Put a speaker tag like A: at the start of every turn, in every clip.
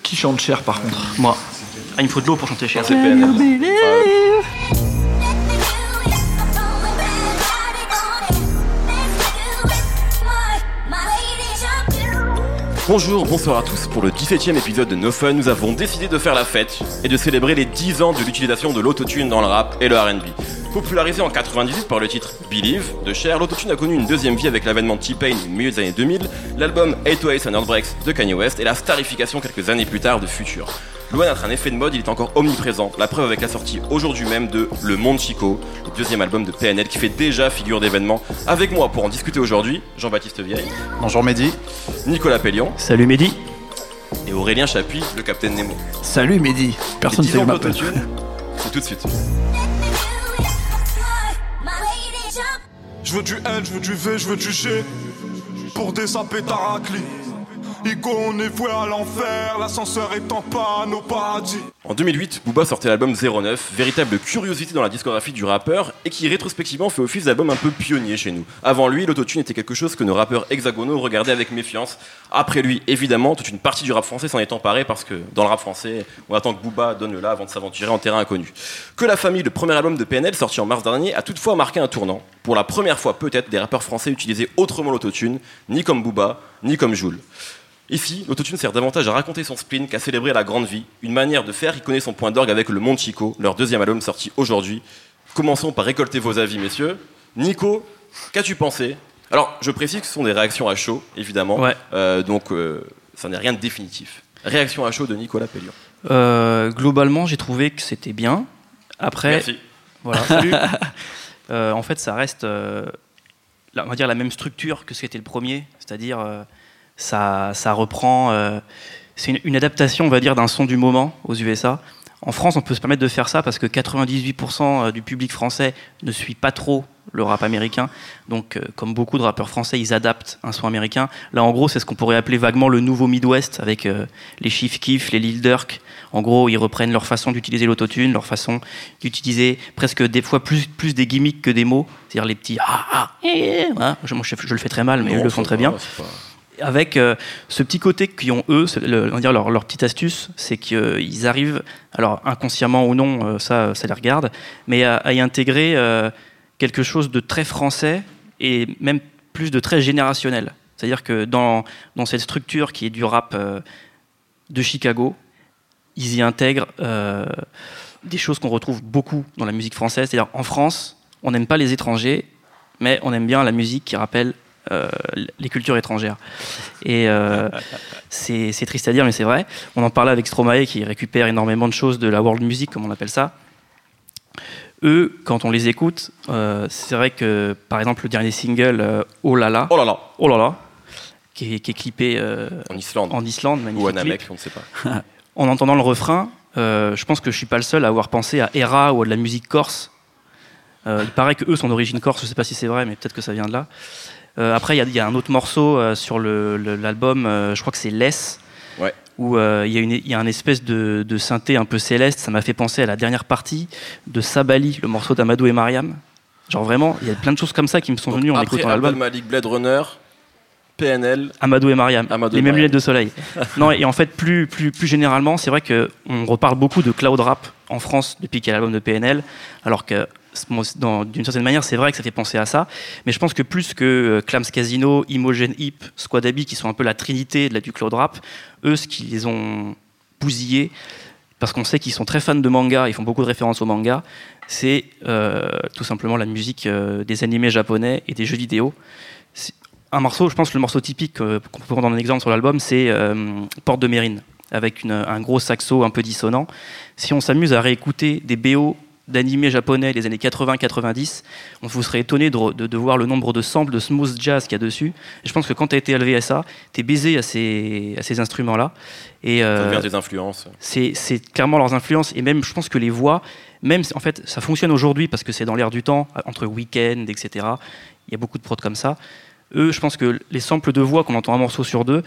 A: Qui chante Cher par contre?
B: Moi. Ah, il me faut de l'eau pour chanter Cher.
C: C'est PNL. Bonjour, bonsoir à tous. Pour le 17e épisode de No Fun, nous avons décidé de faire la fête et de célébrer les 10 ans de l'utilisation de l'autotune dans le rap et le R&B. Popularisé en 98 par le titre Believe de Cher, l'autotune a connu une deuxième vie avec l'avènement de T-Pain au milieu des années 2000, l'album 808 and Heartbreaks de Kanye West et la starification quelques années plus tard de Future. Loin d'être un effet de mode, il est encore omniprésent, la preuve avec la sortie aujourd'hui même de Le Monde Chico, le deuxième album de PNL qui fait déjà figure d'événement. Avec moi pour en discuter aujourd'hui, Jean-Baptiste Vieille.
D: Bonjour Mehdi.
C: Nicolas Pellion.
B: Salut Mehdi.
C: Et Aurélien Chapuis, le Capitaine Nemo.
A: Salut Mehdi. Personne ne sait m'appeler.
C: C'est tout de suite.
E: Je veux du N, je veux du V, je veux du G. Pour des sapés taraclis. Igo, on est voué à l'enfer, l'ascenseur est en panne au paradis.
C: En 2008, Booba sortait l'album 09, véritable curiosité dans la discographie du rappeur et qui rétrospectivement fait office d'album un peu pionnier chez nous. Avant lui, l'autotune était quelque chose que nos rappeurs hexagonaux regardaient avec méfiance. Après lui, évidemment, toute une partie du rap français s'en est emparée parce que dans le rap français, on attend que Booba donne le là avant de s'aventurer en terrain inconnu. Que la famille, le premier album de PNL sorti en mars dernier, a toutefois marqué un tournant. Pour la première fois peut-être, des rappeurs français utilisaient autrement l'autotune, ni comme Booba, ni comme Jul. Ici, l'autotune sert davantage à raconter son spleen qu'à célébrer la grande vie, une manière de faire qui connaît son point d'orgue avec Le Monde Chico, leur deuxième album sorti aujourd'hui. Commençons par récolter vos avis, messieurs. Nico, qu'as-tu pensé? Alors, je précise que ce sont des réactions à chaud, évidemment,
B: Ouais.
C: donc ça n'est rien de définitif. Réaction à chaud de Nicolas Pellion.
B: Globalement, j'ai trouvé que c'était bien. Après,
C: Merci.
B: voilà, salut. En fait, ça reste, on va dire, la même structure que ce qui était le premier, c'est-à-dire ça reprend. C'est une adaptation, on va dire, d'un son du moment aux USA. En France, on peut se permettre de faire ça parce que 98% du public français ne suit pas trop le rap américain. Donc, comme beaucoup de rappeurs français, ils adaptent un son américain. Là, en gros, c'est ce qu'on pourrait appeler vaguement le nouveau Midwest avec les Chief Keef, les Lil Durk. En gros, ils reprennent leur façon d'utiliser l'autotune, leur façon d'utiliser presque des fois plus des gimmicks que des mots. C'est-à-dire les petits voilà. Moi, je le fais très mal, mais eux le font très bien. Avec ce petit côté qu'ils ont eux, on va dire leur petite astuce, c'est qu'ils arrivent, alors inconsciemment ou non, ça les regarde, mais à y intégrer quelque chose de très français et même plus de très générationnel. C'est-à-dire que dans cette structure qui est du rap de Chicago, ils y intègrent des choses qu'on retrouve beaucoup dans la musique française. C'est-à-dire en France, on n'aime pas les étrangers, mais on aime bien la musique qui rappelle les cultures étrangères. Et c'est triste à dire, mais c'est vrai. On en parlait avec Stromae qui récupère énormément de choses de la world music, comme on appelle ça. Eux, quand on les écoute, c'est vrai que, par exemple, le dernier single, Oh là là, qui est clippé en Islande, magnifique
C: ou à Namek,
B: clip.
C: on ne sait pas.
B: En entendant le refrain, je pense que je suis pas le seul à avoir pensé à Era ou à de la musique corse. Il paraît que eux sont d'origine corse, je sais pas si c'est vrai, mais peut-être que ça vient de là. Après, il y a un autre morceau sur l'album, je crois que c'est Less,
C: ouais.
B: Où il y a un espèce de synthé un peu céleste. Ça m'a fait penser à la dernière partie de Sabali, le morceau d'Amadou et Mariam. Genre vraiment, il y a plein de choses comme ça qui me sont venues en écoutant l'album.
C: Après Malik, Blade Runner, PNL,
B: Amadou et Mariam, les mêmes lunettes de soleil. Non, et en fait, plus généralement, c'est vrai qu'on reparle beaucoup de cloud rap en France depuis qu'il y a l'album de PNL, alors que d'une certaine manière, c'est vrai que ça fait penser à ça, mais je pense que plus que Clams Casino, Imogen Heap, Squadabi, qui sont un peu la trinité du cloud rap, eux, ce qui les ont bousillés, parce qu'on sait qu'ils sont très fans de manga, ils font beaucoup de références au manga, c'est tout simplement la musique des animés japonais et des jeux vidéo. Un morceau, je pense, le morceau typique qu'on peut prendre en exemple sur l'album, c'est Porte de Mérine, avec un gros saxo un peu dissonant. Si on s'amuse à réécouter des BO d'animés japonais des années 80-90, on vous serait étonné de voir le nombre de samples de smooth jazz qu'il y a dessus. Et je pense que quand tu as été élevé à ça, tu es baisé à ces instruments-là. Et,
C: ça devient des influences.
B: C'est clairement leurs influences. Et même, je pense que les voix, même en fait, ça fonctionne aujourd'hui parce que c'est dans l'air du temps, entre Weeknd, etc. Il y a beaucoup de prods comme ça. Eux, je pense que les samples de voix qu'on entend un morceau sur deux,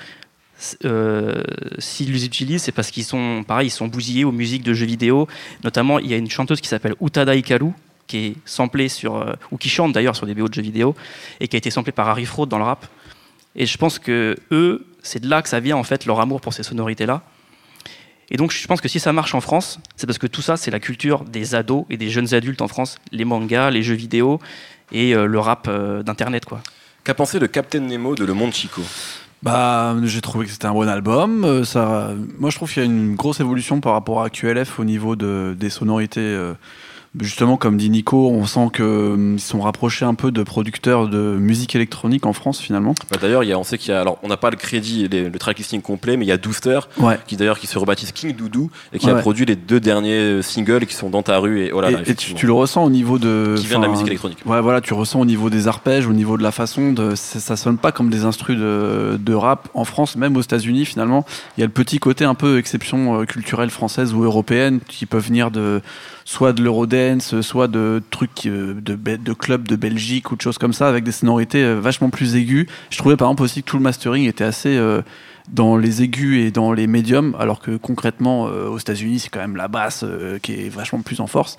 B: s'ils les utilisent, c'est parce qu'ils sont bousillés aux musiques de jeux vidéo. Notamment, il y a une chanteuse qui s'appelle Utada Hikaru, qui est samplée ou qui chante d'ailleurs sur des BO de jeux vidéo, et qui a été samplée par Harry Fraud dans le rap. Et je pense que eux, c'est de là que ça vient en fait leur amour pour ces sonorités-là. Et donc je pense que si ça marche en France, c'est parce que tout ça, c'est la culture des ados et des jeunes adultes en France, les mangas, les jeux vidéo et le rap d'internet, quoi.
C: Qu'a pensé le Captain Nemo de Le Monde Chico ?
A: Bah, j'ai trouvé que c'était un bon album. Moi, je trouve qu'il y a une grosse évolution par rapport à QLF au niveau des sonorités. Justement, comme dit Nico, on sent qu'ils sont rapprochés un peu de producteurs de musique électronique en France, finalement.
C: Bah d'ailleurs, on sait qu'il y a, alors on n'a pas le crédit, le tracklisting complet, mais il y a Dooster, qui se rebaptise King Doudou et qui a produit les 2 derniers singles qui sont Dans ta rue et
A: tu le ressens au niveau
C: qui vient de la musique électronique.
A: Ouais, voilà, tu ressens au niveau des arpèges, au niveau de la façon ça sonne pas comme des instrus de rap en France, même aux États-Unis finalement. Il y a le petit côté un peu exception culturelle française ou européenne qui peuvent venir soit de l'eurodance, soit de trucs de clubs de Belgique ou de choses comme ça, avec des sonorités vachement plus aiguës. Je trouvais par exemple aussi que tout le mastering était assez dans les aigus et dans les médiums, alors que concrètement aux États-Unis c'est quand même la basse qui est vachement plus en force.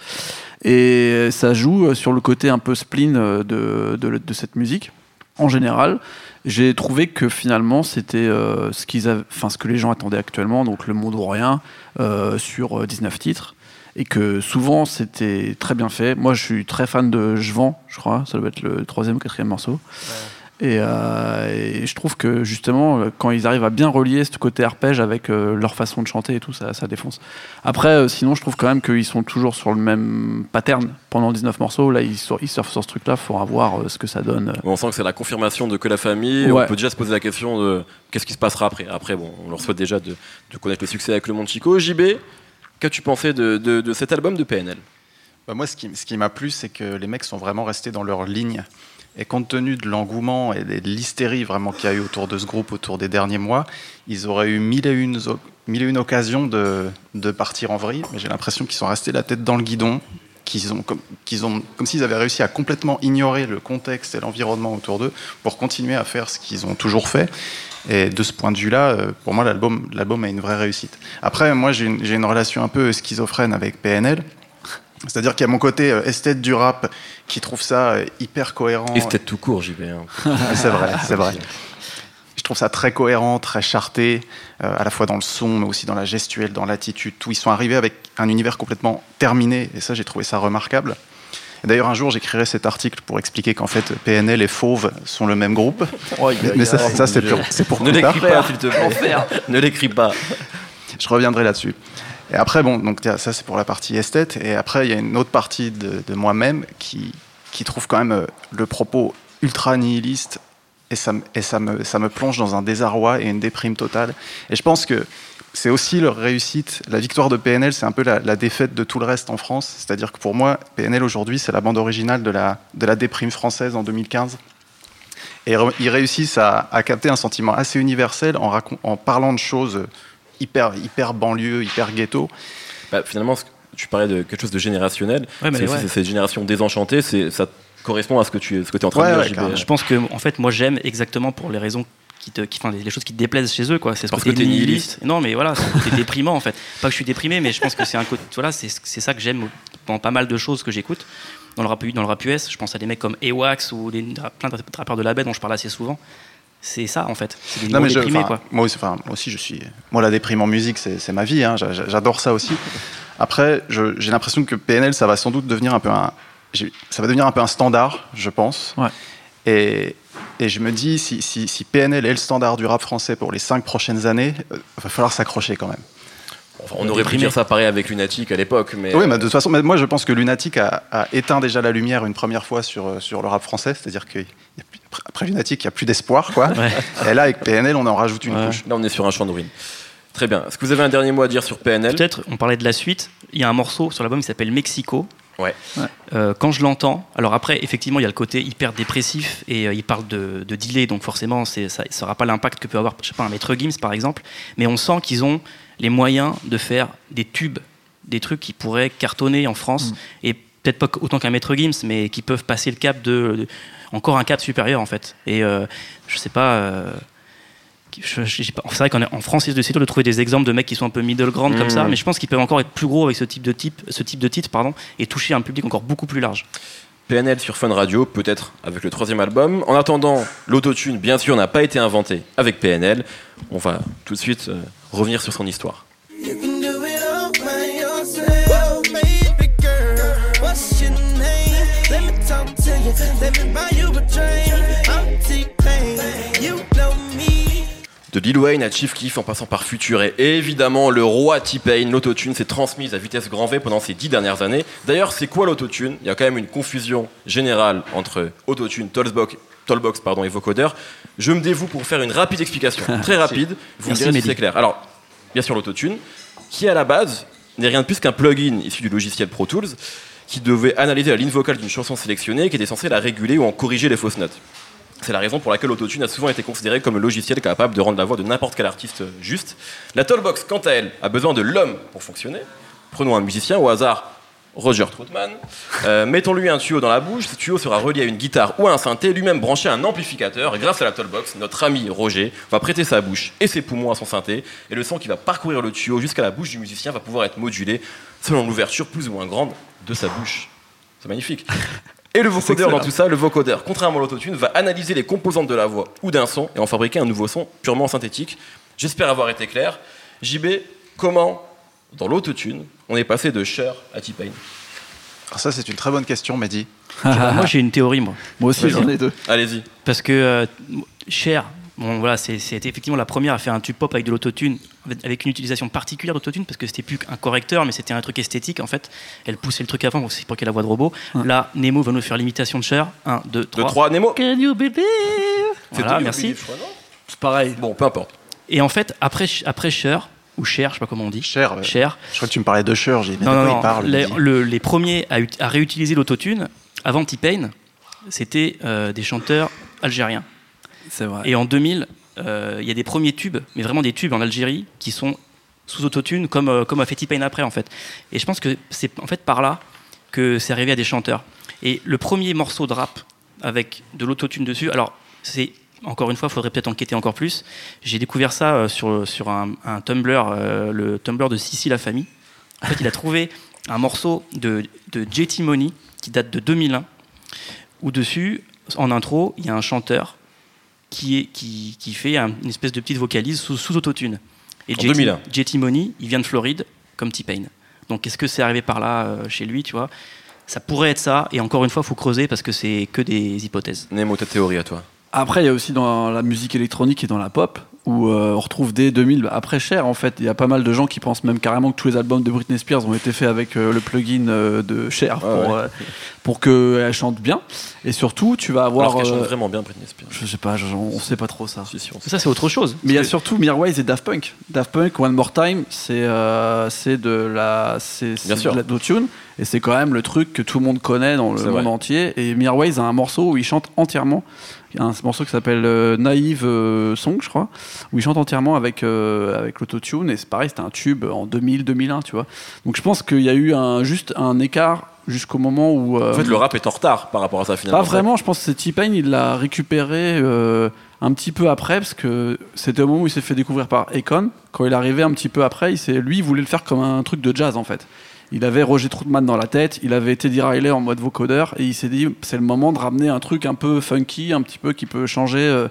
A: Et ça joue sur le côté un peu spleen de cette musique. En général, j'ai trouvé que finalement c'était ce que les gens attendaient actuellement, donc le monde ou rien sur 19 titres. Et que souvent c'était très bien fait. Moi je suis très fan de Je Vends, je crois, ça doit être le 3e ou 4e morceau. Ouais. Et je trouve que justement quand ils arrivent à bien relier ce côté arpège avec leur façon de chanter et tout, ça défonce. Après sinon je trouve quand même qu'ils sont toujours sur le même pattern pendant 19 morceaux. Là ils surfent sur ce truc là, il faudra voir ce que ça donne.
C: On sent que c'est la confirmation de Que la famille. Ouais. On peut déjà se poser la question de qu'est-ce qui se passera après. Après bon, on leur souhaite déjà de connaître le succès avec Le Monde Chico. JB, qu'as-tu pensé de cet album de PNL ?
D: Bah moi, ce qui m'a plu, c'est que les mecs sont vraiment restés dans leur ligne. Et compte tenu de l'engouement et de l'hystérie vraiment qu'il y a eu autour de ce groupe autour des derniers mois, ils auraient eu mille et une occasions de partir en vrille. Mais j'ai l'impression qu'ils sont restés la tête dans le guidon, comme s'ils avaient réussi à complètement ignorer le contexte et l'environnement autour d'eux pour continuer à faire ce qu'ils ont toujours fait. Et de ce point de vue-là, pour moi, l'album a une vraie réussite. Après, moi, j'ai une relation un peu schizophrène avec PNL. C'est-à-dire qu'il y a mon côté esthète du rap qui trouve ça hyper cohérent.
C: Esthète tout court, JB.
D: C'est vrai. Je trouve ça très cohérent, très charté, à la fois dans le son, mais aussi dans la gestuelle, dans l'attitude. Tout. Ils sont arrivés avec un univers complètement terminé, et ça, j'ai trouvé ça remarquable. Et d'ailleurs, un jour, j'écrirai cet article pour expliquer qu'en fait, PNL et Fauve sont le même groupe. Mais ça c'est pour
C: ne l'écris pas, s'il te plaît. Ne l'écris pas.
D: Je reviendrai là-dessus. Et après, bon, donc ça, c'est pour la partie esthète. Et après, il y a une autre partie de moi-même qui trouve quand même le propos ultra nihiliste. Et ça me plonge dans un désarroi et une déprime totale. Et je pense que c'est aussi leur réussite. La victoire de PNL, c'est un peu la défaite de tout le reste en France. C'est-à-dire que pour moi, PNL aujourd'hui, c'est la bande originale de la déprime française en 2015. Et ils réussissent à capter un sentiment assez universel en parlant de choses hyper banlieue, hyper ghetto.
C: Bah, finalement, tu parlais de quelque chose de générationnel. Ouais, c'est cette génération désenchantée, ça correspond à ce que tu es en train de dire.
B: Je pense que en fait, moi, j'aime exactement pour les raisons les choses qui te déplaisent chez eux, quoi. C'est ce
C: parce côté que t'es nihiliste.
B: Non, mais voilà, c'est déprimant en fait. Pas que je suis déprimé, mais je pense que c'est un côté. Voilà, c'est ça que j'aime dans pas mal de choses que j'écoute. Dans le rap US, je pense à des mecs comme Ewax ou plein de rappeurs de la baie dont je parle assez souvent. C'est ça en fait. C'est des déprimés, quoi.
D: Moi aussi, moi, la déprime en musique, c'est ma vie. Hein. J'adore ça aussi. Après, j'ai l'impression que PNL, ça va sans doute devenir un peu un standard, je pense. Ouais. Et je me dis, si PNL est le standard du rap français pour les 5 prochaines années, va falloir s'accrocher quand même.
C: Enfin, on aurait pu dire ça pareil avec Lunatic à l'époque. Mais...
D: Oui, mais de toute façon, moi je pense que Lunatic a éteint déjà la lumière une première fois sur le rap français, c'est-à-dire qu'après Lunatic, il n'y a plus d'espoir, quoi. Ouais. Et là, avec PNL, on en rajoute une couche.
C: Là, on est sur un champ de ruines. Très bien. Est-ce que vous avez un dernier mot à dire sur PNL ?
B: Peut-être, on parlait de la suite. Il y a un morceau sur l'album qui s'appelle Mexico.
C: Ouais.
B: Quand je l'entends, alors après, effectivement, il y a le côté hyper dépressif et il parle de delay, donc forcément, ça n'aura pas l'impact que peut avoir, je sais pas, un Maître Gims par exemple. Mais on sent qu'ils ont les moyens de faire des tubes, des trucs qui pourraient cartonner en France et peut-être pas autant qu'un Maître Gims, mais qui peuvent passer le cap encore un cap supérieur en fait. Et je sais pas. C'est vrai qu'en France, il essaie de trouver des exemples de mecs qui sont un peu middle ground comme ça, mais je pense qu'ils peuvent encore être plus gros avec ce type de titre, et toucher un public encore beaucoup plus large.
C: PNL sur Fun Radio, peut-être avec le 3e album. En attendant, l'autotune, bien sûr, n'a pas été inventé avec PNL. On va tout de suite revenir sur son histoire.
F: Let me buy you a drink. I'm T-Pain, you know me.
C: De Lil Wayne à Chief Keef en passant par Future et évidemment le roi T-Pain, l'autotune s'est transmise à vitesse grand V pendant ces 10 dernières années. D'ailleurs, c'est quoi l'autotune ? Il y a quand même une confusion générale entre autotune, Tollbox et vocodeur. Je me dévoue pour faire une rapide explication, très rapide, vous me direz si c'est clair. Alors, bien sûr l'autotune, qui à la base n'est rien de plus qu'un plugin issu du logiciel Pro Tools, qui devait analyser la ligne vocale d'une chanson sélectionnée, qui était censé la réguler ou en corriger les fausses notes. C'est la raison pour laquelle l'autotune a souvent été considéré comme le logiciel capable de rendre la voix de n'importe quel artiste juste. La Tollbox, quant à elle, a besoin de l'homme pour fonctionner. Prenons un musicien au hasard, Roger Troutman. Mettons-lui un tuyau dans la bouche. Ce tuyau sera relié à une guitare ou à un synthé, lui-même branché à un amplificateur. Et grâce à la Tollbox, notre ami Roger va prêter sa bouche et ses poumons à son synthé. Et le son qui va parcourir le tuyau jusqu'à la bouche du musicien va pouvoir être modulé selon l'ouverture plus ou moins grande de sa bouche. C'est magnifique. Et le vocodeur dans tout ça, le vocodeur, contrairement à l'autotune, va analyser les composantes de la voix ou d'un son et en fabriquer un nouveau son purement synthétique. J'espère avoir été clair. JB, comment, dans l'autotune, on est passé de Cher à T-Pain ?
D: Alors ça, c'est une très bonne question, Mehdi.
B: Moi, j'ai une théorie, moi.
A: Moi aussi, j'en ai deux.
C: Allez-y.
B: Parce que Cher, bon, voilà, c'était effectivement la première à faire un tube pop avec de l'autotune, avec une utilisation particulière d'autotune, parce que c'était plus qu'un correcteur, mais c'était un truc esthétique, en fait. Elle poussait le truc avant, c'est pour qu'elle ait la voix de robot. Là, Nemo va nous faire l'imitation de Cher. 1, 2, 3.
C: 3, Nemo.
B: Can you believe ? Voilà, merci.
A: C'est pareil.
C: Bon, peu importe.
B: Et en fait, après Cher, ou Cher, je sais pas comment on dit.
D: Cher.
B: Cher.
D: Je crois que tu me parlais de Cher, j'ai dit.
B: Non,
D: il parle.
B: les premiers à réutiliser l'autotune, avant T-Pain, c'était des chanteurs algériens.
A: C'est vrai.
B: Et en 2000, il y a des premiers tubes, mais vraiment des tubes en Algérie, qui sont sous autotune, comme a fait T-Pain après, en fait. Et je pense que c'est en fait par là que c'est arrivé à des chanteurs. Et le premier morceau de rap avec de l'autotune dessus, alors c'est encore une fois, il faudrait peut-être enquêter encore plus. J'ai découvert ça sur un Tumblr, le Tumblr de Sissi la famille. En fait, il a trouvé un morceau de JT Money qui date de 2001, où dessus, en intro, il y a un chanteur qui fait une espèce de petite vocalise sous autotune. Et JT Money, il vient de Floride, comme T-Pain. Donc, est-ce que c'est arrivé par là chez lui, tu vois ? Ça pourrait être ça, et encore une fois, il faut creuser parce que c'est que des hypothèses.
C: Nemo, ta théorie à toi ?
A: Après, il y a aussi dans la musique électronique et dans la pop, où on retrouve dès 2000, après Cher, en fait, il y a pas mal de gens qui pensent même carrément que tous les albums de Britney Spears ont été faits avec le plugin de Cher pour qu'elle chante bien. Et surtout, tu vas avoir...
C: Alors qu'elle chante vraiment bien, Britney Spears.
A: Je sais pas, on sait pas trop ça.
B: Ça, c'est autre chose.
A: Mais il y a surtout Mirwais et Daft Punk. Daft Punk, One More Time, c'est de l'autotune. Et c'est quand même le truc que tout le monde connaît dans le monde entier. Et Mirwais a un morceau où il chante entièrement. Il y a un morceau qui s'appelle Naive Song, je crois, où il chante entièrement avec l'autotune. Et c'est pareil, c'était un tube en 2000-2001, tu vois. Donc je pense qu'il y a eu juste un écart jusqu'au moment où...
C: En fait, le rap est en retard par rapport à ça, finalement.
A: Pas vraiment, je pense que c'est T-Pain, il l'a récupéré un petit peu après, parce que c'était au moment où il s'est fait découvrir par Akon. Quand il est arrivé un petit peu après, lui, il voulait le faire comme un truc de jazz, en fait. Il avait Roger Troutman dans la tête, il avait Teddy Riley en mode vocodeur, et il s'est dit c'est le moment de ramener un truc un peu funky, un petit peu qui peut changer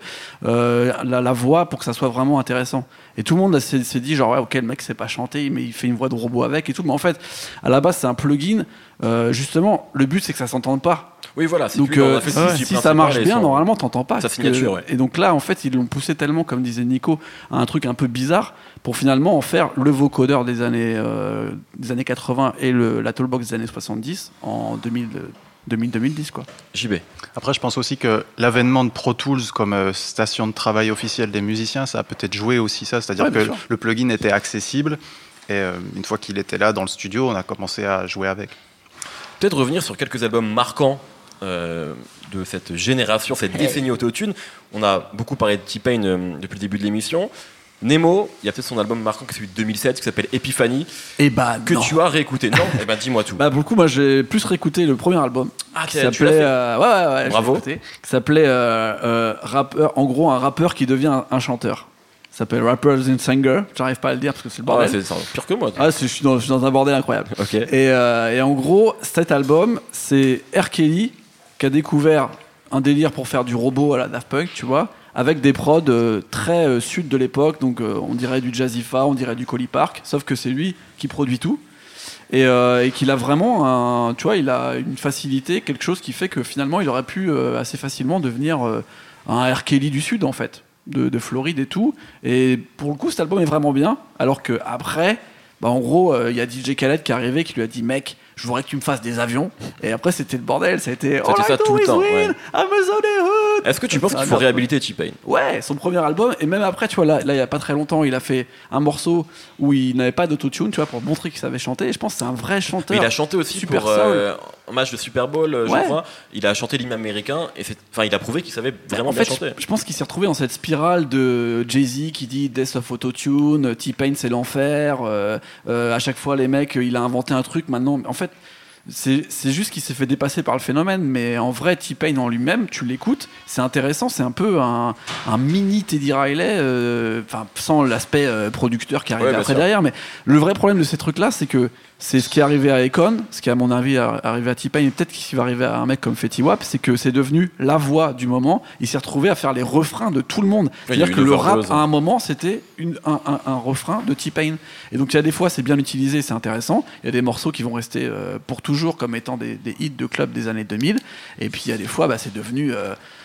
A: la voix pour que ça soit vraiment intéressant. Et tout le monde s'est dit genre ouais, ok, le mec sait pas chanter, mais il fait une voix de robot avec et tout. Mais en fait, à la base c'est un plugin. Justement, le but c'est que ça s'entende pas.
C: Oui, voilà.
A: Donc si ça marche bien, normalement t'entends pas.
C: Sa signature, ouais.
A: Et donc là, en fait, ils l'ont poussé tellement, comme disait Nico, à un truc un peu bizarre pour finalement en faire le vocodeur des années 80 et la Tollbox des années 70 en 2010 quoi.
C: JB.
D: Après, je pense aussi que l'avènement de Pro Tools comme station de travail officielle des musiciens, ça a peut-être joué aussi ça, c'est-à-dire que le plugin était accessible et une fois qu'il était là dans le studio, on a commencé à jouer avec.
C: Peut-être revenir sur quelques albums marquants de cette génération, cette décennie autotune. On a beaucoup parlé de T-Pain depuis le début de l'émission. Nemo, il y a peut-être son album marquant qui est celui de 2007 qui s'appelle Epiphany, que tu as réécouté. Non, eh ben dis-moi tout.
A: Bah beaucoup, moi j'ai plus réécouté le premier album.
C: Ah,
A: qui s'appelait ouais,
C: bravo.
A: Qui s'appelait rappeur, en gros un rappeur qui devient un chanteur. Ça s'appelle Rappers and Singer. J'arrive pas à le dire parce que c'est le bordel.
C: C'est pire que moi.
A: Je suis dans un bordel incroyable.
C: Okay.
A: Et en gros, cet album, c'est R. Kelly qui a découvert un délire pour faire du robot à la Daft Punk, tu vois, avec des prods très sud de l'époque, donc on dirait du Jazzifa, on dirait du Collie Park, sauf que c'est lui qui produit tout. et qu'il a vraiment tu vois, il a une facilité, quelque chose qui fait que finalement il aurait pu assez facilement devenir un R. Kelly du Sud en fait, de Floride et tout. Et pour le coup, cet album est vraiment bien, alors que après, en gros, il y a DJ Khaled qui est arrivé, qui lui a dit mec, je voudrais que tu me fasses des avions. Et après, c'était le bordel. Ça a été
C: ça tout le temps. Ouais.
A: Amazon et Hood.
C: Est-ce que tu penses qu'il faut réhabiliter T-Pain?
A: Ouais, son premier album. Et même après, tu vois, là, il y a pas très longtemps, il a fait un morceau où il n'avait pas d'autotune, tu vois, pour montrer qu'il savait chanter. Et je pense que c'est un vrai chanteur.
C: Mais il a chanté aussi
A: super
C: pour un match de Super Bowl, je crois. Il a chanté l'hymne américain. Et il a prouvé qu'il savait vraiment bien chanter.
A: Je pense qu'il s'est retrouvé dans cette spirale de Jay-Z qui dit Death of Autotune, T-Pain c'est l'enfer. À chaque fois, les mecs, il a inventé un truc. Maintenant, en fait, c'est juste qu'il s'est fait dépasser par le phénomène, mais en vrai, T-Pain en lui-même, tu l'écoutes, c'est intéressant, c'est un peu un mini Teddy Riley, sans l'aspect producteur qui arrive après derrière. Mais le vrai problème de ces trucs-là, c'est que c'est ce qui est arrivé à Akon, ce qui à mon avis est arrivé à T-Pain, et peut-être ce qui va arriver à un mec comme Fetty Wap, c'est que c'est devenu la voix du moment. Il s'est retrouvé à faire les refrains de tout le monde. C'est-à-dire que le rap, à un moment, c'était un refrain de T-Pain. Et donc il y a des fois, c'est bien utilisé, c'est intéressant. Il y a des morceaux qui vont rester pour toujours comme étant des hits de club des années 2000. Et puis il y a des fois, c'est devenu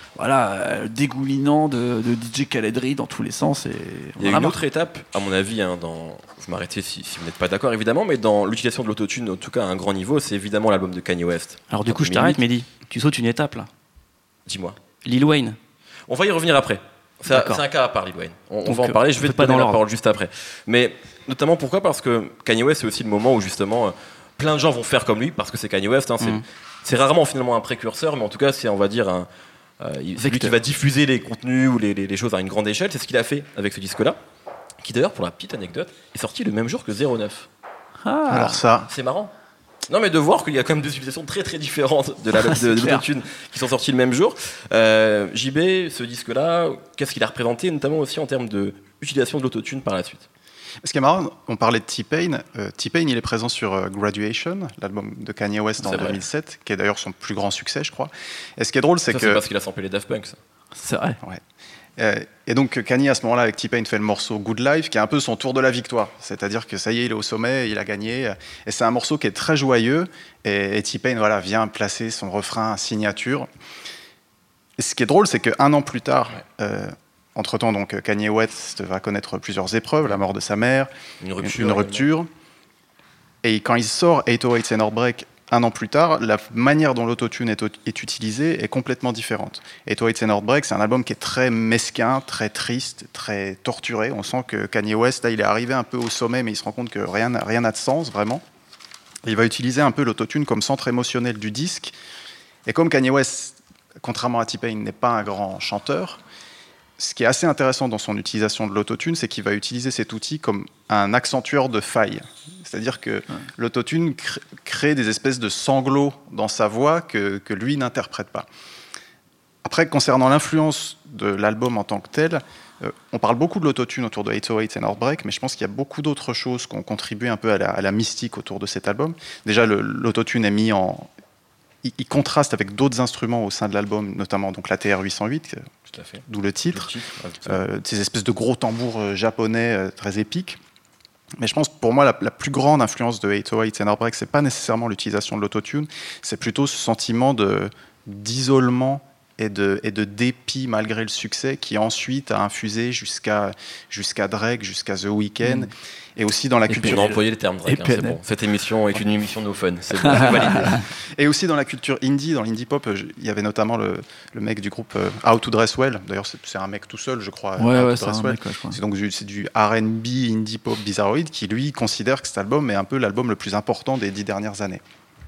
A: dégoulinant de DJ Khaledry dans tous les sens. Et
C: il y a une autre étape, à mon avis, vous m'arrêtez si vous n'êtes pas d'accord évidemment, mais dans l'utilisation de l'autotune, en tout cas à un grand niveau, c'est évidemment l'album de Kanye West.
B: Alors du coup, je t'arrête, Mehdi. Tu sautes une étape là.
C: Dis-moi.
B: Lil Wayne.
C: On va y revenir après. C'est un cas à part, Lil Wayne. On va en parler, je vais te donner la parole juste après. Mais notamment pourquoi ? Parce que Kanye West, c'est aussi le moment où justement plein de gens vont faire comme lui, parce que c'est Kanye West. C'est rarement finalement un précurseur, mais en tout cas c'est, on va dire, celui qui va diffuser les contenus ou les choses à une grande échelle. C'est ce qu'il a fait avec ce disque-là, qui d'ailleurs, pour la petite anecdote, est sorti le même jour que 09.
D: Alors ça,
C: c'est marrant. Non, mais de voir qu'il y a quand même deux utilisations très très différentes de l'autotune qui sont sorties le même jour. JB, ce disque-là, qu'est-ce qu'il a représenté, notamment aussi en termes d'utilisation de l'autotune par la suite?
D: Ce qui est marrant, on parlait de T-Pain. T-Pain, il est présent sur Graduation, l'album de Kanye West en 2007, qui est d'ailleurs son plus grand succès, je crois. Et ce qui est drôle, c'est que...
C: c'est parce qu'il a samplé les Daft Punk, ça.
A: C'est vrai.
D: Ouais. Et donc Kanye, à ce moment-là, avec T-Pain, fait le morceau Good Life, qui est un peu son tour de la victoire. C'est-à-dire que ça y est, il est au sommet, il a gagné. Et c'est un morceau qui est très joyeux. Et T-Pain vient placer son refrain signature. Et ce qui est drôle, c'est qu'un an plus tard... Entre-temps, donc, Kanye West va connaître plusieurs épreuves, la mort de sa mère, une rupture. Et quand il sort 808s and Heartbreak un an plus tard, la manière dont l'autotune est utilisée est complètement différente. 808s and Heartbreak, c'est un album qui est très mesquin, très triste, très torturé. On sent que Kanye West, là, il est arrivé un peu au sommet, mais il se rend compte que rien n'a de sens, vraiment. Et il va utiliser un peu l'autotune comme centre émotionnel du disque. Et comme Kanye West, contrairement à T-Pain, n'est pas un grand chanteur, ce qui est assez intéressant dans son utilisation de l'autotune, c'est qu'il va utiliser cet outil comme un accentueur de failles. C'est-à-dire que l'autotune crée des espèces de sanglots dans sa voix que lui n'interprète pas. Après, concernant l'influence de l'album en tant que tel, on parle beaucoup de l'autotune autour de 808s and Heartbreak, mais je pense qu'il y a beaucoup d'autres choses qui ont contribué un peu à la mystique autour de cet album. Déjà, l'autotune est mis en... Il contraste avec d'autres instruments au sein de l'album, notamment donc la TR-808, d'où le titre, ces espèces de gros tambours japonais très épiques. Mais je pense, pour moi, la plus grande influence de 808s and Heartbreak, c'est pas nécessairement l'utilisation de l'autotune, c'est plutôt ce sentiment d'isolement et de dépit malgré le succès qui ensuite a infusé jusqu'à Drake, jusqu'à The Weeknd. Et aussi dans la culture...
C: On a employé le terme Drake, c'est bon. Cette émission est une émission no fun, c'est bon, validé.
D: Et aussi dans la culture indie, dans l'indie pop, il y avait notamment le mec du groupe How to Dress Well. D'ailleurs, c'est un mec tout seul, je crois.
A: C'est un mec, je crois.
D: C'est du R&B, indie pop bizarroïde qui, lui, considère que cet album est un peu l'album le plus important des 10 dernières années.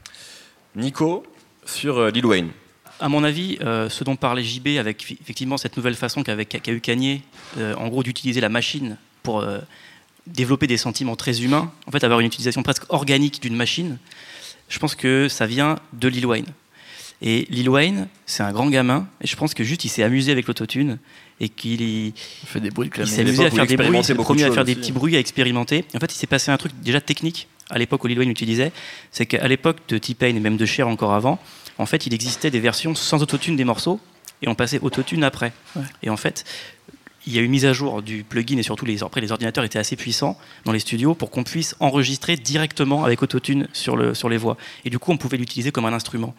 C: Nico, sur Lil Wayne.
B: À mon avis, ce dont parlait JB avec effectivement cette nouvelle façon qu'a eu Kanye, en gros d'utiliser la machine pour développer des sentiments très humains, en fait avoir une utilisation presque organique d'une machine, je pense que ça vient de Lil Wayne. Et Lil Wayne, c'est un grand gamin, et je pense que juste il s'est amusé avec l'autotune et qu'il
A: fait des bruits de clavier.
B: Il s'est amusé à faire des bruits, c'est le premier à faire des petits bruits, à expérimenter. Et en fait, il s'est passé un truc déjà technique à l'époque où Lil Wayne l'utilisait, c'est qu'à l'époque de T-Pain et même de Cher encore avant, en fait, il existait des versions sans autotune des morceaux et on passait autotune après. Ouais. Et en fait, il y a eu une mise à jour du plugin et surtout après les ordinateurs étaient assez puissants dans les studios pour qu'on puisse enregistrer directement avec Autotune sur les voix. Et du coup, on pouvait l'utiliser comme un instrument.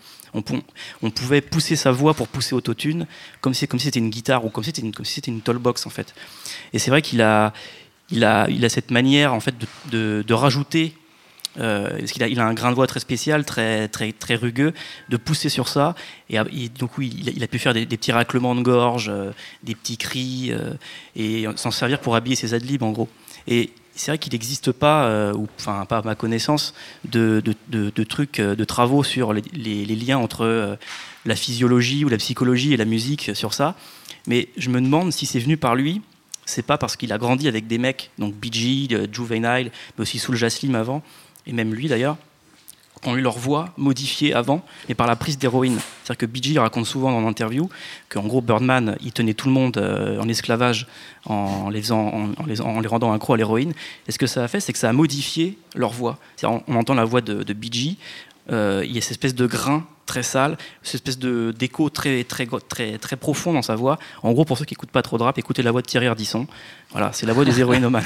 B: On pouvait pousser sa voix pour pousser Autotune comme si c'était une guitare ou comme si c'était une tollbox en fait. Et c'est vrai qu'il a cette manière en fait de rajouter. Parce qu'il a un grain de voix très spécial, très, très, très rugueux, de pousser sur ça. Et donc oui, il a pu faire des petits raclements de gorge, des petits cris, et s'en servir pour habiller ses adlibs en gros. Et c'est vrai qu'il n'existe pas, enfin pas à ma connaissance, de trucs, de travaux sur les liens entre la physiologie ou la psychologie et la musique sur ça. Mais je me demande si c'est venu par lui. C'est pas parce qu'il a grandi avec des mecs, donc Bee Gees, Juvenile, mais aussi Soulja Slim avant, et même lui d'ailleurs, qui ont eu leur voix modifiée avant, mais par la prise d'héroïne. C'est-à-dire que Bee Gees raconte souvent dans l'interview qu'en gros Birdman, il tenait tout le monde en esclavage en les rendant accros à l'héroïne. Et ce que ça a fait, c'est que ça a modifié leur voix. C'est-à-dire, on entend la voix de Bee Gees, il y a cette espèce de grain très sale, cette espèce d'écho très, très, très, très profond dans sa voix. En gros, pour ceux qui n'écoutent pas trop de rap, écoutez la voix de Thierry Ardisson. Voilà, c'est la voix des héroïnomanes.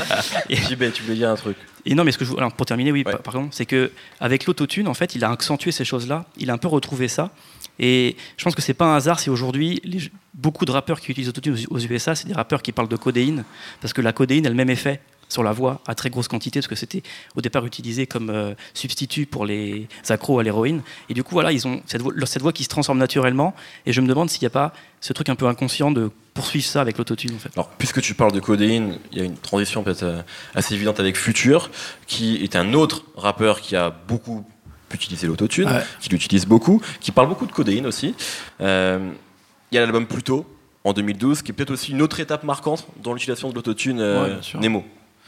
C: JB, tu voulais dire un truc?
B: Et non, mais alors, pour terminer, oui, ouais. Par contre, c'est qu'avec l'autotune, en fait, il a accentué ces choses-là, il a un peu retrouvé ça. Et je pense que c'est pas un hasard si aujourd'hui, beaucoup de rappeurs qui utilisent l'autotune aux USA, c'est des rappeurs qui parlent de codéine, parce que la codéine a le même effet sur la voix à très grosse quantité, parce que c'était au départ utilisé comme substitut pour les accros à l'héroïne. Et du coup, voilà, ils ont cette voix qui se transforme naturellement. Et je me demande s'il n'y a pas ce truc un peu inconscient de poursuivre ça avec l'autotune. En fait.
C: Alors, puisque tu parles de codéine, il y a une transition peut-être assez évidente avec Future, qui est un autre rappeur qui a beaucoup utiliser l'autotune, qui l'utilise beaucoup, qui parle beaucoup de codéine aussi. Il y a l'album Pluto en 2012, qui est peut-être aussi une autre étape marquante dans l'utilisation de l'autotune. Nemo.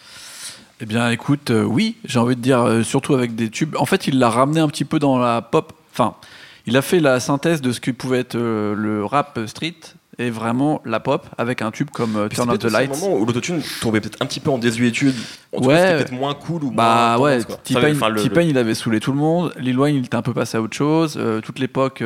A: Eh bien, écoute, oui, j'ai envie de dire, surtout avec des tubes. En fait, il l'a ramené un petit peu dans la pop. Enfin, il a fait la synthèse de ce que pouvait être le rap street et vraiment la pop avec un tube comme Turn Off the Lights.
C: C'est un moment où l'autotune tombait peut-être un petit peu en désuétude. C'était peut-être moins cool ou moins tendance,
A: T-Pain, il avait saoulé tout le monde. Lil Wayne, il était un peu passé à autre chose. Toute l'époque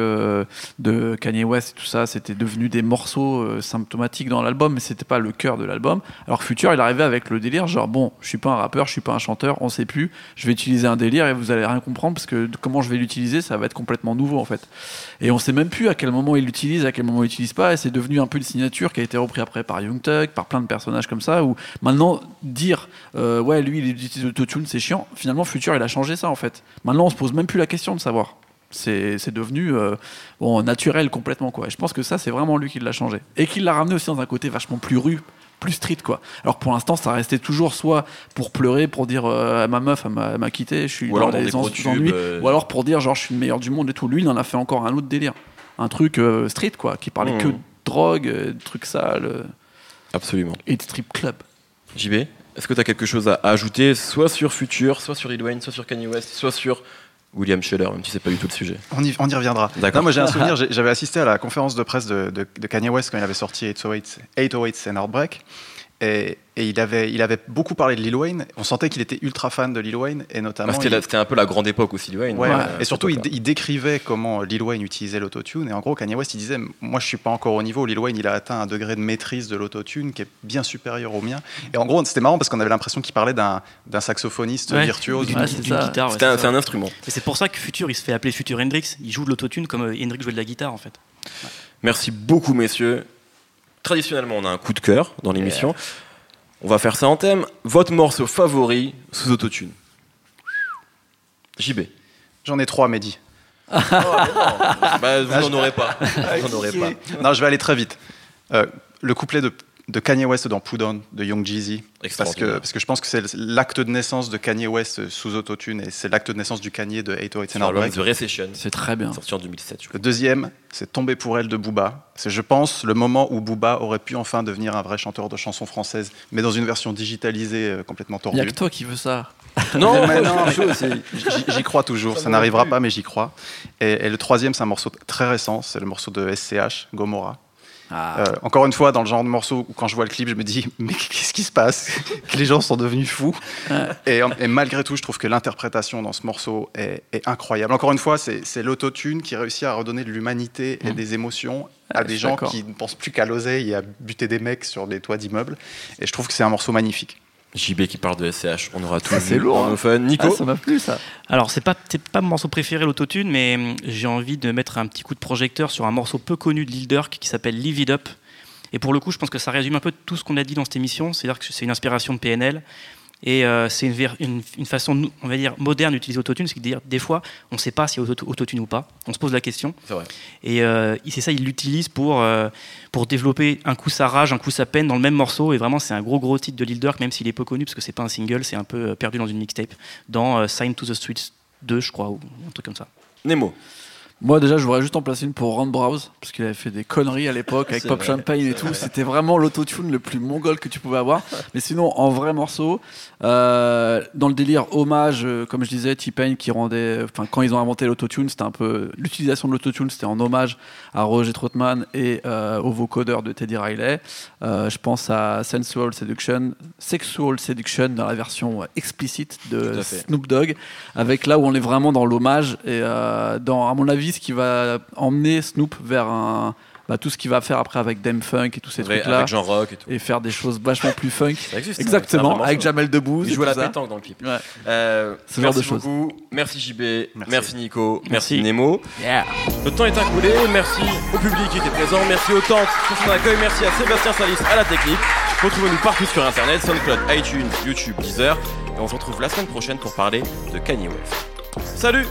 A: de Kanye West et tout ça, c'était devenu des morceaux symptomatiques dans l'album, mais c'était pas le cœur de l'album. Alors Future, il arrivait avec le délire, genre bon, je suis pas un rappeur, je suis pas un chanteur, on sait plus. Je vais utiliser un délire et vous allez rien comprendre parce que comment je vais l'utiliser, ça va être complètement nouveau en fait. Et on sait même plus à quel moment il l'utilise, à quel moment il l'utilise pas. Et c'est devenu un peu une signature qui a été repris après par Young Thug, par plein de personnages comme ça. Où maintenant dire ouais, lui il utilise l'autotune, c'est chiant. Finalement, Future, il a changé ça en fait. Maintenant, on se pose même plus la question de savoir. C'est devenu naturel complètement quoi. Et je pense que ça, c'est vraiment lui qui l'a changé et qui l'a ramené aussi dans un côté vachement plus rue, plus street quoi. Alors pour l'instant, ça restait toujours soit pour pleurer, pour dire ma meuf elle m'a quitté, je suis dans les ennuis, ou alors pour dire genre je suis le meilleur du monde et tout. Lui, il en a fait encore un autre délire, un truc street quoi, qui parlait que de drogue, trucs sales.
C: Absolument.
A: Et de strip club.
C: JB, est-ce que tu as quelque chose à ajouter, soit sur Future, soit sur Lil Wayne, soit sur Kanye West, soit sur William Sheller, même si c'est pas du tout le sujet?
D: On y reviendra.
C: D'accord.
D: Non, moi j'ai un souvenir, j'avais assisté à la conférence de presse de Kanye West quand il avait sorti 808 and Heartbreak. Et il avait beaucoup parlé de Lil Wayne. On sentait qu'il était ultra fan de Lil Wayne et notamment.
C: C'était un peu la grande époque aussi, Lil Wayne.
D: Ouais, et surtout, il décrivait comment Lil Wayne utilisait l'autotune. Et en gros, Kanye West, il disait, moi, je suis pas encore au niveau. Lil Wayne, il a atteint un degré de maîtrise de l'autotune qui est bien supérieur au mien. Et en gros, c'était marrant parce qu'on avait l'impression qu'il parlait d'un saxophoniste virtuose.
B: D'une guitare.
C: C'est un instrument.
B: Et c'est pour ça que Future, il se fait appeler Future Hendrix. Il joue de l'autotune comme Hendrix jouait de la guitare, en fait.
C: Ouais. Merci beaucoup, messieurs. Traditionnellement, on a un coup de cœur dans l'émission. On va faire ça en thème. Votre morceau favori sous autotune? JB.
D: J'en ai 3, Mehdi.
C: Vous n'en aurez pas.
D: Non, je vais aller très vite. Le couplet de Kanye West dans Put On de Young Jeezy, parce que je pense que c'est l'acte de naissance de Kanye West sous autotune et c'est l'acte de naissance du Kanye de 808 and Heartbreak.
C: The Recession.
A: C'est très bien.
C: Sorti en 2007.
D: Le deuxième, c'est Tomber pour elle de Booba. C'est, je pense, le moment où Booba aurait pu enfin devenir un vrai chanteur de chansons françaises, mais dans une version digitalisée complètement tordue.
A: Il n'y a que toi qui veux ça.
D: Non, j'y crois toujours. Ça n'arrivera pas, mais j'y crois. Et le troisième, c'est un morceau très récent. C'est le morceau de SCH, Gomorrah. Encore une fois, dans le genre de morceau où quand je vois le clip, je me dis mais qu'est-ce qui se passe? Que les gens sont devenus fous. Et malgré tout, je trouve que l'interprétation dans ce morceau est incroyable. Encore une fois, c'est l'autotune qui réussit à redonner de l'humanité et des émotions à des gens qui ne pensent plus qu'à l'oseille et à buter des mecs sur des toits d'immeubles. Et je trouve que c'est un morceau magnifique.
C: JB qui parle de SCH, on aura tout vu.
A: C'est lourd,
C: en fun. Nico,
A: ça m'a plu ça.
B: Alors, c'est pas mon morceau préféré, l'autotune, mais j'ai envie de mettre un petit coup de projecteur sur un morceau peu connu de Lil Durk qui s'appelle Live It Up. Et pour le coup, je pense que ça résume un peu tout ce qu'on a dit dans cette émission. C'est-à-dire que c'est une inspiration de PNL. Et c'est une façon, on va dire, moderne d'utiliser autotune. C'est-à-dire, des fois, on ne sait pas si autotune ou pas. On se pose la question.
C: c'est vrai.
B: Et c'est ça, il l'utilise pour développer un coup sa rage, un coup sa peine dans le même morceau. Et vraiment, c'est un gros titre de Lil Durk, même s'il est peu connu, parce que c'est pas un single, c'est un peu perdu dans une mixtape. Dans Sign to the Streets 2, je crois, ou un truc comme ça.
C: Nemo.
A: Moi déjà je voudrais juste en placer une pour Ron Browse parce qu'il avait fait des conneries à l'époque avec Pop Champagne et tout, c'était vraiment l'autotune le plus mongol que tu pouvais avoir. Mais sinon en vrai morceau dans le délire hommage, comme je disais, T-Pain qui rendait, enfin quand ils ont inventé l'autotune, c'était un peu l'utilisation de l'autotune, c'était en hommage à Roger Troutman et au vocodeur de Teddy Riley. Je pense à Sexual Seduction dans la version explicite de Snoop Dogg, avec là où on est vraiment dans l'hommage et dans, à mon avis, ce qui va emmener Snoop vers tout ce qu'il va faire après avec Dame Funk et tous ces trucs-là.
C: Avec Jean Rock et tout.
A: Et faire des choses vachement plus funk.
C: Ça existe.
A: Exactement, avec Jamel Debbouze.
C: Il joue à la pétanque dans le clip.
A: Ouais. Ce
C: merci
A: genre de choses.
C: beaucoup. Merci JB. Merci Nico. Merci Nemo.
A: Yeah.
C: Le temps est écoulé. Merci au public qui était présent. Merci aux tantes pour son accueil. Merci à Sébastien Salis à la technique. Retrouvez-nous partout sur Internet, SoundCloud, iTunes, YouTube, Deezer. Et on se retrouve la semaine prochaine pour parler de Kanye West. Salut!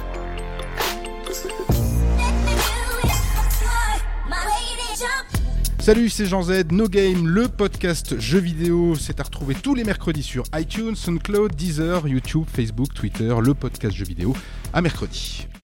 G: Salut, c'est Jean Z, No Game, le podcast jeux vidéo. C'est à retrouver tous les mercredis sur iTunes, SoundCloud, Deezer, YouTube, Facebook, Twitter, le podcast jeux vidéo. À mercredi.